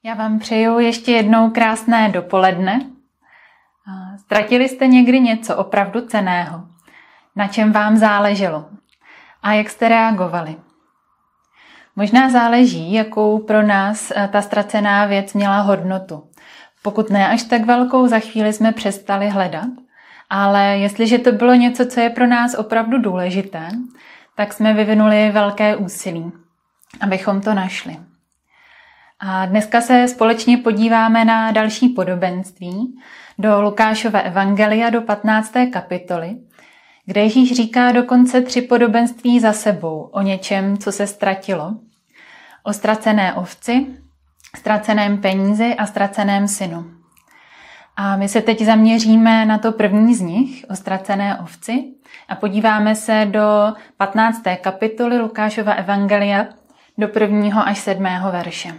Já vám přeju ještě jednou krásné dopoledne. Ztratili jste někdy něco opravdu cenného, na čem vám záleželo a jak jste reagovali? Možná záleží, jakou pro nás ta ztracená věc měla hodnotu. Pokud ne až tak velkou, za chvíli jsme přestali hledat, ale jestliže to bylo něco, co je pro nás opravdu důležité, tak jsme vyvinuli velké úsilí, abychom to našli. A dneska se společně podíváme na další podobenství do Lukášova evangelia do 15. kapitoly, kde Ježíš říká dokonce 3 podobenství za sebou o něčem, co se ztratilo. O ztracené ovci, ztraceném penízi a ztraceném synu. A my se teď zaměříme na to první z nich, o ztracené ovci, a podíváme se do 15. kapitoly Lukášova evangelia do 1. až 7. verše.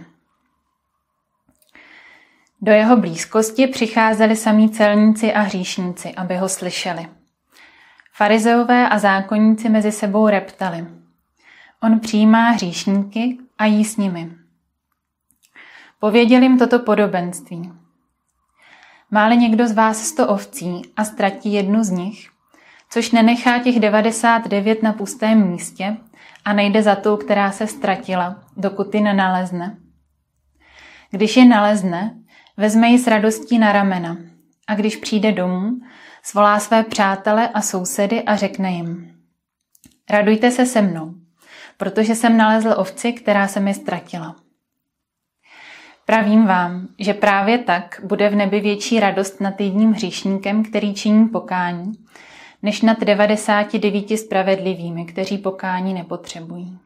Do jeho blízkosti přicházeli samí celníci a hříšníci, aby ho slyšeli. Farizeové a zákonníci mezi sebou reptali. On přijímá hříšníky a jí s nimi. Pověděl jim toto podobenství. Má-li někdo z vás 100 ovcí a ztratí jednu z nich, což nenechá těch 99 na pustém místě a nejde za tou, která se ztratila, dokud ji nenalezne. Když ji nalezne, vezme ji s radostí na ramena a když přijde domů, svolá své přátele a sousedy a řekne jim. Radujte se se mnou, protože jsem nalezl ovci, která se mi ztratila. Pravím vám, že právě tak bude v nebi větší radost nad jedním hříšníkem, který činí pokání, než nad 99 spravedlivými, kteří pokání nepotřebují.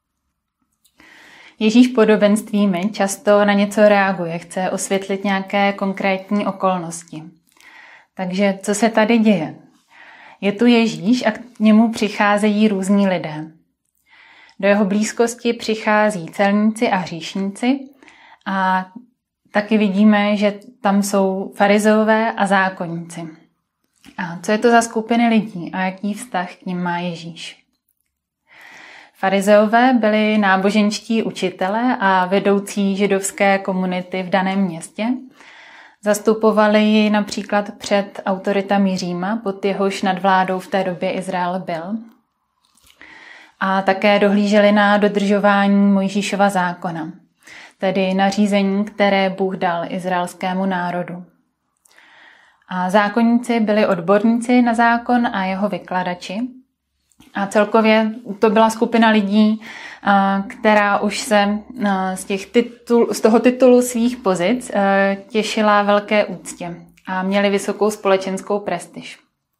Ježíš podobenstvími často na něco reaguje, chce osvětlit nějaké konkrétní okolnosti. Takže co se tady děje? Je tu Ježíš a k němu přicházejí různí lidé. Do jeho blízkosti přichází celníci a hříšníci a taky vidíme, že tam jsou farizeové a zákonníci. A co je to za skupiny lidí a jaký vztah k nim má Ježíš? Farizeové byli náboženští učitelé a vedoucí židovské komunity v daném městě. Zastupovali ji například před autoritami Říma, pod jehož nadvládou v té době Izrael byl. A také dohlíželi na dodržování Mojžíšova zákona, tedy nařízení, které Bůh dal izraelskému národu. A zákonníci byli odborníci na zákon a jeho vykladači. A celkově to byla skupina lidí, která už se z toho titulu svých pozic těšila velké úctě a měli vysokou společenskou prestiž.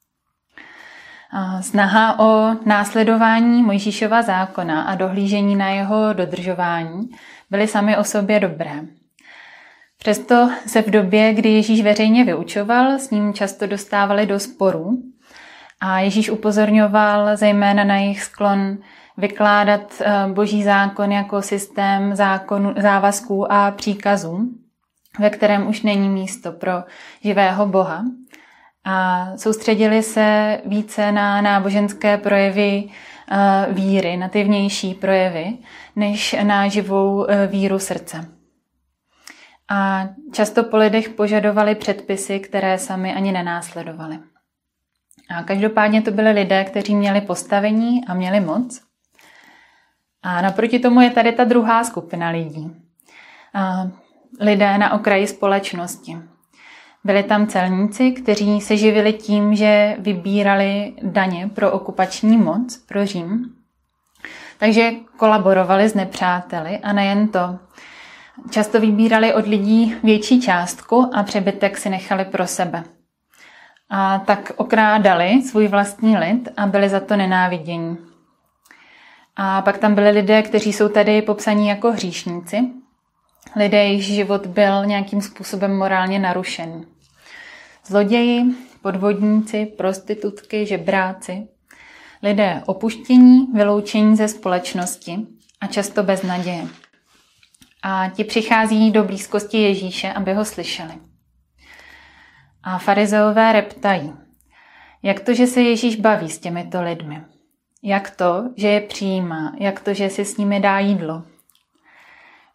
Snaha o následování Mojžíšova zákona a dohlížení na jeho dodržování byly sami o sobě dobré. Přesto se v době, kdy Ježíš veřejně vyučoval, s ním často dostávali do sporů a Ježíš upozorňoval zejména na jejich sklon vykládat Boží zákon jako systém závazků a příkazů, ve kterém už není místo pro živého Boha. A soustředili se více na náboženské projevy víry, na ty vnější projevy, než na živou víru srdce. A často po lidech požadovali předpisy, které sami ani nenásledovali. A každopádně to byli lidé, kteří měli postavení a měli moc. A naproti tomu je tady ta druhá skupina lidí. Lidé na okraji společnosti. Byli tam celníci, kteří se živili tím, že vybírali daně pro okupační moc, pro Řím. Takže kolaborovali s nepřáteli a nejen to. Často vybírali od lidí větší částku a přebytek si nechali pro sebe. A tak okrádali svůj vlastní lid a byli za to nenávidění. A pak tam byli lidé, kteří jsou tady popsaní jako hříšníci. Lidé, jejichž život byl nějakým způsobem morálně narušený. Zloději, podvodníci, prostitutky, žebráci. Lidé opuštění, vyloučení ze společnosti a často bez naděje. A ti přichází do blízkosti Ježíše, aby ho slyšeli. A farizeové reptají. Jak to, že se Ježíš baví s těmito lidmi? Jak to, že je přijímá? Jak to, že si s nimi dá jídlo?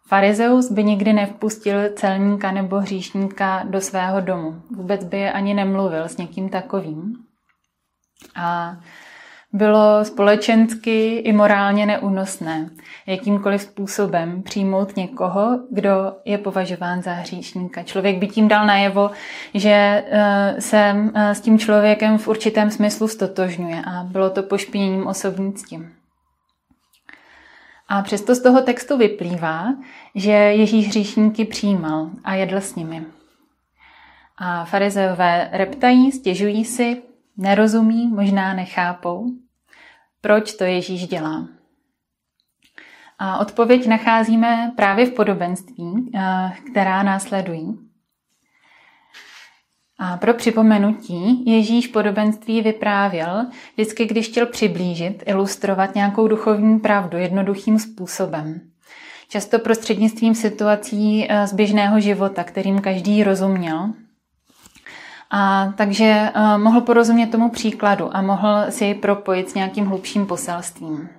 Farizeus by nikdy nevpustil celníka nebo hříšníka do svého domu. Vůbec by ani nemluvil s někým takovým. A bylo společensky i morálně neúnosné jakýmkoliv způsobem přijmout někoho, kdo je považován za hříšníka. Člověk by tím dal najevo, že se s tím člověkem v určitém smyslu stotožňuje a bylo to pošpiněním osobní cti. A přesto z toho textu vyplývá, že Ježíš hříšníky přijímal a jedl s nimi. A farizeové reptají, stěžují si, nerozumí, možná nechápou, proč to Ježíš dělá. A odpověď nacházíme právě v podobenství, která následují. A pro připomenutí, Ježíš podobenství vyprávěl vždycky, když chtěl přiblížit, ilustrovat nějakou duchovní pravdu jednoduchým způsobem. Často prostřednictvím situací z běžného života, kterým každý rozuměl. A takže mohl porozumět tomu příkladu a mohl si jej propojit s nějakým hlubším poselstvím.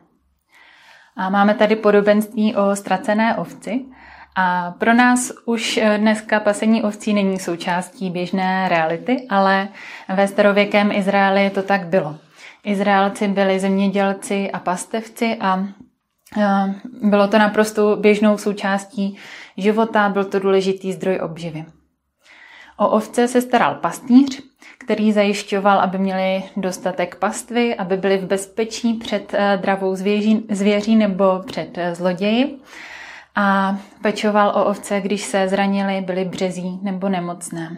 A máme tady podobenství o ztracené ovci. A pro nás už dneska pasení ovcí není součástí běžné reality, ale ve starověkém Izraeli to tak bylo. Izraelci byli zemědělci a pastevci a bylo to naprosto běžnou součástí života, byl to důležitý zdroj obživy. O ovce se staral pastýř, který zajišťoval, aby měli dostatek pastvy, aby byli v bezpečí před dravou zvěří nebo před zloději. A pečoval o ovce, když se zranili, byli březí nebo nemocné.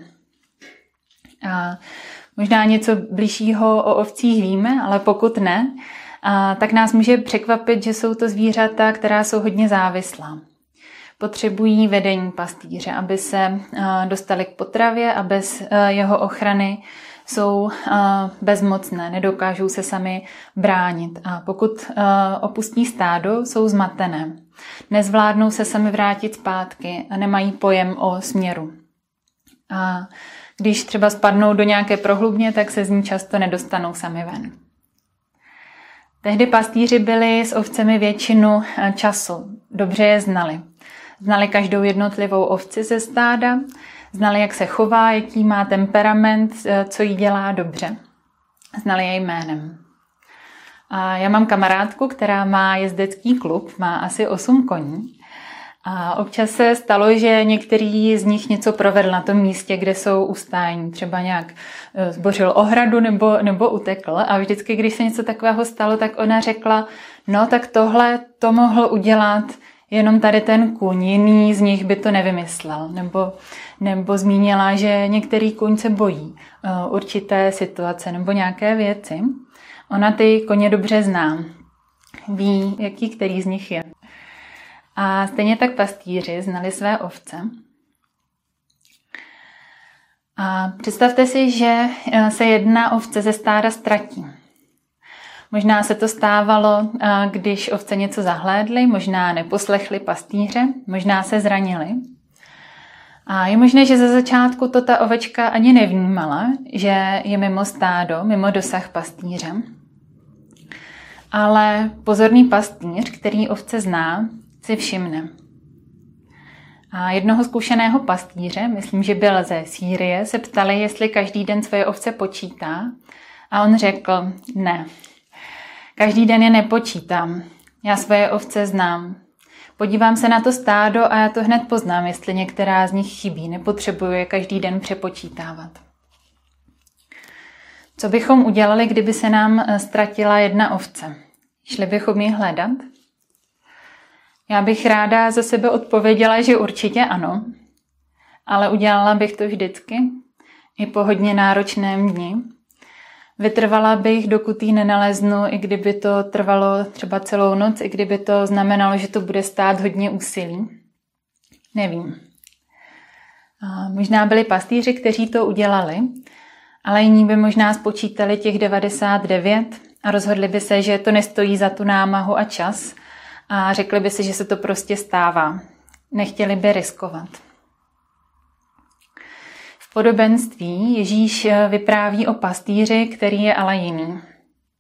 A možná něco bližšího o ovcích víme, ale pokud ne, tak nás může překvapit, že jsou to zvířata, která jsou hodně závislá. Potřebují vedení pastýře, aby se dostali k potravě a bez jeho ochrany jsou bezmocné, nedokážou se sami bránit. A pokud opustí stádo, jsou zmatené. Nezvládnou se sami vrátit zpátky a nemají pojem o směru. A když třeba spadnou do nějaké prohlubně, tak se z ní často nedostanou sami ven. Tehdy pastýři byli s ovcemi většinu času. Dobře je znali. Znali každou jednotlivou ovci ze stáda, znali, jak se chová, jaký má temperament, co jí dělá dobře. Znali jej jménem. A já mám kamarádku, která má jezdecký klub, má asi 8 koní. A občas se stalo, že některý z nich něco provedl na tom místě, kde jsou ustájení. Třeba nějak zbořil ohradu nebo utekl. A vždycky, když se něco takového stalo, tak ona řekla, no tak tohle to mohl udělat jenom tady ten kůň, jiný z nich by to nevymyslel. Nebo zmínila, že některý kůň se bojí určité situace nebo nějaké věci. Ona ty koně dobře zná. Ví, jaký který z nich je. A stejně tak pastýři znali své ovce. A představte si, že se jedna ovce ze stáda ztratí. Možná se to stávalo, když ovce něco zahlédly, možná neposlechli pastýře, možná se zranili. A je možné, že ze začátku to ta ovečka ani nevnímala, že je mimo stádo, mimo dosah pastýře. Ale pozorný pastýř, který ovce zná, si všimne. A jednoho zkušeného pastýře, myslím, že byl ze Sýrie, se ptali, jestli každý den svoje ovce počítá. A on řekl, ne, každý den je nepočítám. Já svoje ovce znám. Podívám se na to stádo a já to hned poznám, jestli některá z nich chybí. Nepotřebuji je každý den přepočítávat. Co bychom udělali, kdyby se nám ztratila jedna ovce? Šli bychom ji hledat? Já bych ráda za sebe odpověděla, že určitě ano, ale udělala bych to vždycky, i po hodně náročném dni. Vytrvala bych, dokud ji nenaleznu, i kdyby to trvalo třeba celou noc, i kdyby to znamenalo, že to bude stát hodně úsilí. Nevím. Možná byli pastýři, kteří to udělali, ale jiní by možná spočítali těch 99 a rozhodli by se, že to nestojí za tu námahu a čas a řekli by si, že se to prostě stává. Nechtěli by riskovat. V podobenství Ježíš vypráví o pastýři, který je ale jiný.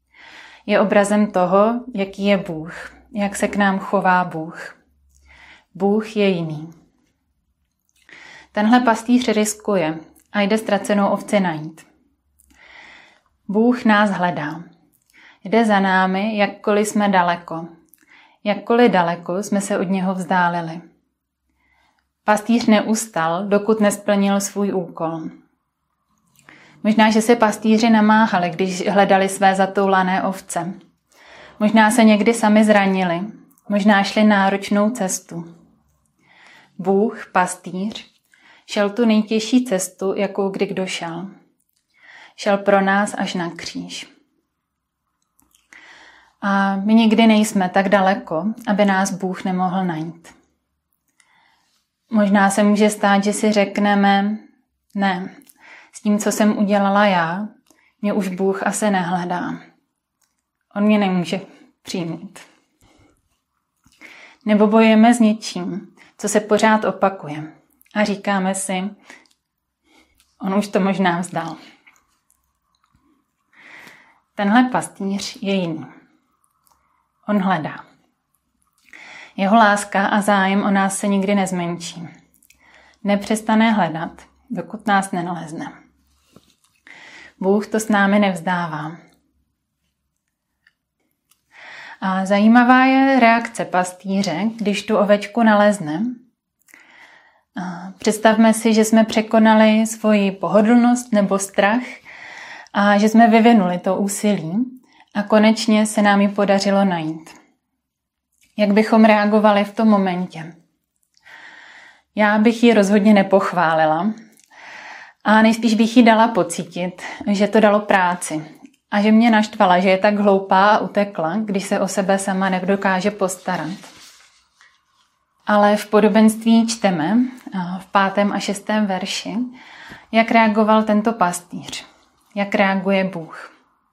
Je obrazem toho, jaký je Bůh, jak se k nám chová Bůh. Bůh je jiný. Tenhle pastýř riskuje a jde ztracenou ovci najít. Bůh nás hledá. Jde za námi, jakkoliv jsme daleko. Jakkoliv daleko jsme se od něho vzdálili. Pastýř neustal, dokud nesplnil svůj úkol. Možná, že se pastýři namáhali, když hledali své zatoulané ovce. Možná se někdy sami zranili, možná šli náročnou cestu. Bůh, pastýř, šel tu nejtěžší cestu, jakou kdy kdo šel. Šel pro nás až na kříž. A my nikdy nejsme tak daleko, aby nás Bůh nemohl najít. Možná se může stát, že si řekneme, ne, s tím, co jsem udělala já, mě už Bůh asi nehledá. On mě nemůže přijmout. Nebo bojujeme s něčím, co se pořád opakuje. A říkáme si, on už to možná vzdal. Tenhle pastýř je jiný. On hledá. Jeho láska a zájem o nás se nikdy nezmenší. Nepřestane hledat, dokud nás nenalezne. Bůh to s námi nevzdává. A zajímavá je reakce pastýře, když tu ovečku nalezne. Představme si, že jsme překonali svoji pohodlnost nebo strach a že jsme vyvinuli to úsilí a konečně se nám ji podařilo najít. Jak bychom reagovali v tom momentě? Já bych ji rozhodně nepochválila a nejspíš bych jí dala pocítit, že to dalo práci a že mě naštvala, že je tak hloupá a utekla, když se o sebe sama nedokáže postarat. Ale v podobenství čteme v 5. a 6. verši, jak reagoval tento pastýř, jak reaguje Bůh.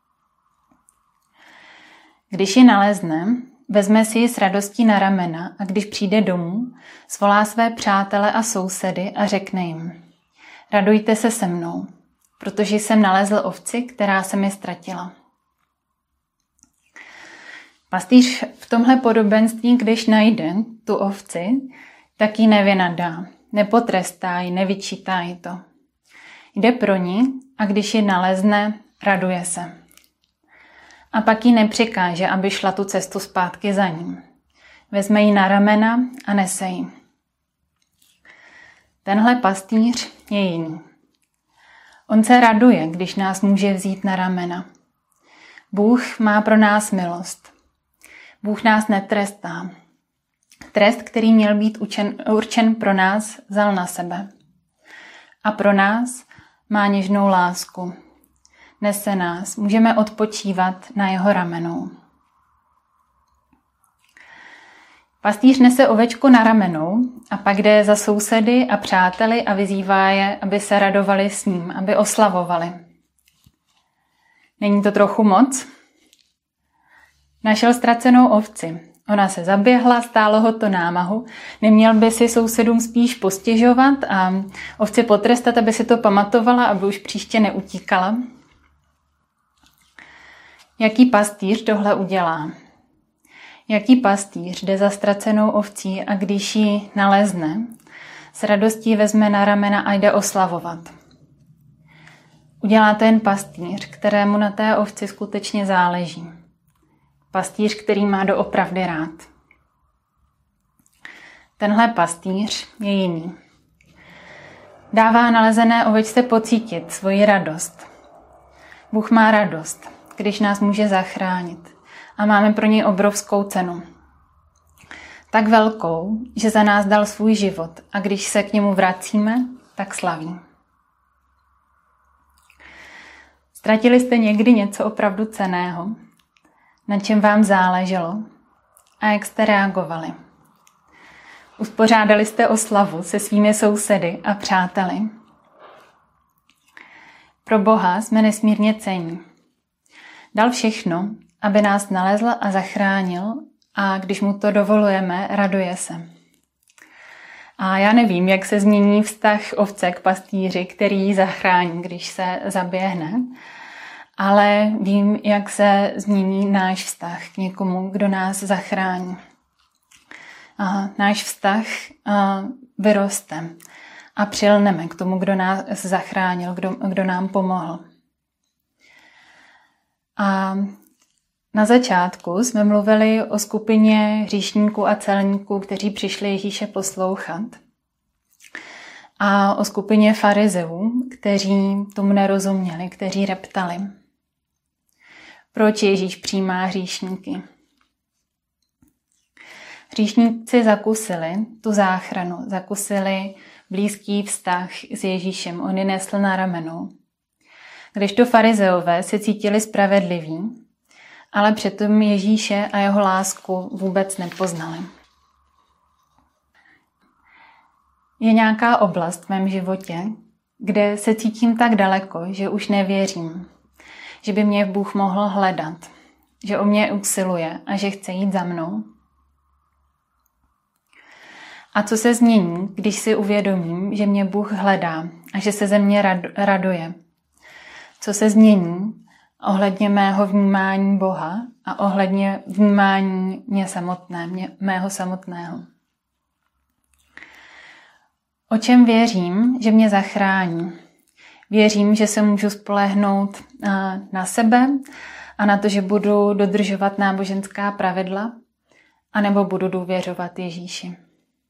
Když ji nalezne, vezme si ji s radostí na ramena a když přijde domů, svolá své přátele a sousedy a řekne jim: radujte se se mnou, protože jsem nalezl ovci, která se mi ztratila. Pastýř v tomhle podobenství, když najde tu ovci, tak ji nevynadá, nepotrestá ji, nevyčítá jí to. Jde pro ní a když ji nalezne, raduje se. A pak jí nepřekáže, aby šla tu cestu zpátky za ním. Vezme ji na ramena a nese ji. Tenhle pastýř je jiný. On se raduje, když nás může vzít na ramena. Bůh má pro nás milost. Bůh nás netrestá. Trest, který měl být určen pro nás, vzal na sebe. A pro nás má něžnou lásku. Nese nás, můžeme odpočívat na jeho ramenou. Pastýř nese ovečku na ramenou a pak jde za sousedy a přáteli a vyzývá je, aby se radovali s ním, aby oslavovali. Není to trochu moc? Našel ztracenou ovci. Ona se zaběhla, stálo ho to námahu. Neměl by si sousedům spíš postěžovat a ovci potrestat, aby si to pamatovala, aby už příště neutíkala? Jaký pastýř tohle udělá? Jaký pastýř jde za ztracenou ovcí a když ji nalezne, s radostí vezme na ramena a jde oslavovat? Udělá to jen pastýř, kterému na té ovci skutečně záleží. Pastýř, který má doopravdy rád. Tenhle pastýř je jiný. Dává nalezené ovečce pocítit svoji radost. Bůh má radost, když nás může zachránit a máme pro něj obrovskou cenu. Tak velkou, že za nás dal svůj život a když se k němu vracíme, tak slaví. Ztratili jste někdy něco opravdu cenného? Na čem vám záleželo? A jak jste reagovali? Uspořádali jste oslavu se svými sousedy a přáteli? Pro Boha jsme nesmírně cenní. Dal všechno, aby nás nalezl a zachránil a když mu to dovolujeme, raduje se. A já nevím, jak se změní vztah ovce k pastýři, který ji zachrání, když se zaběhne, ale vím, jak se změní náš vztah k někomu, kdo nás zachrání. náš vztah vyroste a přilneme k tomu, kdo nás zachránil, kdo nám pomohl. A na začátku jsme mluvili o skupině hříšníků a celníků, kteří přišli Ježíše poslouchat. A o skupině farizeů, kteří tomu nerozuměli, kteří reptali. Proč Ježíš přijímá hříšníky? Hříšníci zakusili tu záchranu, zakusili blízký vztah s Ježíšem, on ji nesl na ramenou. Kdežto farizeové se cítili spravedliví, ale přitom Ježíše a jeho lásku vůbec nepoznali. Je nějaká oblast v mém životě, kde se cítím tak daleko, že už nevěřím, že by mě Bůh mohl hledat, že o mě usiluje a že chce jít za mnou. A co se změní, když si uvědomím, že mě Bůh hledá a že se ze mě raduje? Co se změní ohledně mého vnímání Boha a ohledně vnímání mého samotného? O čem věřím, že mě zachrání? Věřím, že se můžu spolehnout na sebe a na to, že budu dodržovat náboženská pravidla, anebo budu důvěřovat Ježíši.